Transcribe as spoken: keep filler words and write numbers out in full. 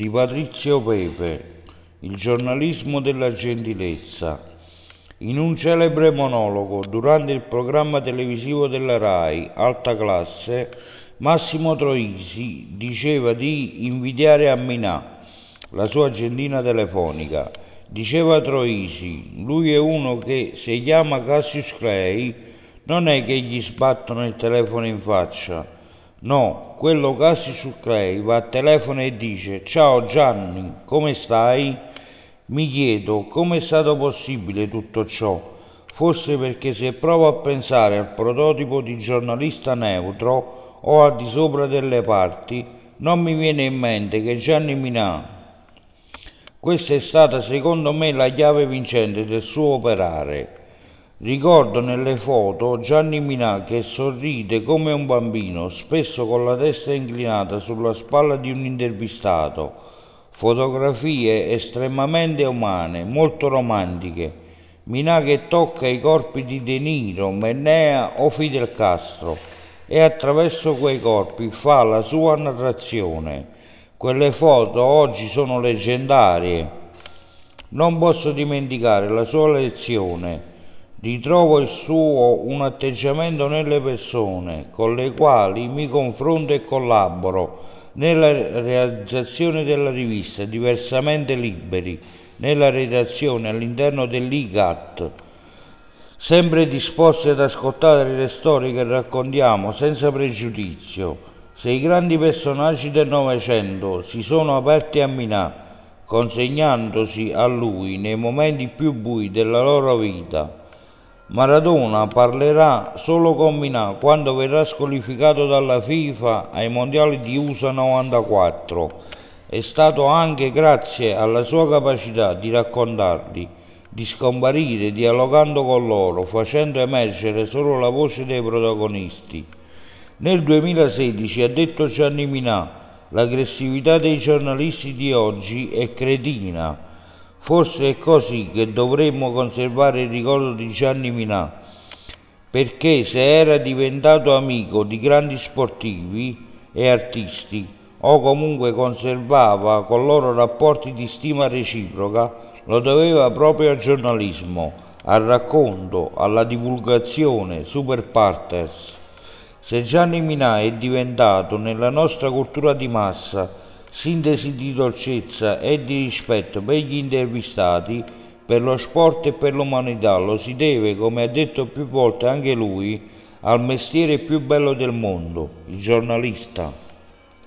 di Patrizio Pepe, il giornalismo della gentilezza. In un celebre monologo durante il programma televisivo della RAI, Alta Classe, Massimo Troisi diceva di invidiare Amminà, la sua agendina telefonica. Diceva Troisi, lui è uno che se chiama Cassius Clay non è che gli sbattono il telefono in faccia. No, quello Cassius Clay va a telefono e dice: ciao Gianni, come stai? Mi chiedo come è stato possibile tutto ciò. Forse perché se provo a pensare al prototipo di giornalista neutro o al di sopra delle parti, non mi viene in mente che Gianni Minà. Questa è stata secondo me la chiave vincente del suo operare. Ricordo nelle foto Gianni Minà che sorride come un bambino, spesso con la testa inclinata sulla spalla di un intervistato. Fotografie estremamente umane, molto romantiche. Minà che tocca i corpi di De Niro, Mennea o Fidel Castro e attraverso quei corpi fa la sua narrazione. Quelle foto oggi sono leggendarie. Non posso dimenticare la sua lezione. Ritrovo il suo un atteggiamento nelle persone con le quali mi confronto e collaboro nella realizzazione della rivista Diversamente Liberi, nella redazione all'interno dell'I G A T, sempre disposti ad ascoltare le storie che raccontiamo senza pregiudizio. Se i grandi personaggi del Novecento si sono aperti a Minà, consegnandosi a lui nei momenti più bui della loro vita, Maradona parlerà solo con Minà quando verrà squalificato dalla FIFA ai mondiali di U S A novantaquattro. È stato anche grazie alla sua capacità di raccontarli, di scomparire dialogando con loro, facendo emergere solo la voce dei protagonisti. Nel duemilasedici ha detto Gianni Minà: l'aggressività dei giornalisti di oggi è cretina. Forse è così che dovremmo conservare il ricordo di Gianni Minà, perché se era diventato amico di grandi sportivi e artisti, o comunque conservava con loro rapporti di stima reciproca, lo doveva proprio al giornalismo, al racconto, alla divulgazione, super partes. Se Gianni Minà è diventato nella nostra cultura di massa sintesi di dolcezza e di rispetto per gli intervistati, per lo sport e per l'umanità, lo si deve, come ha detto più volte anche lui, al mestiere più bello del mondo, il giornalista.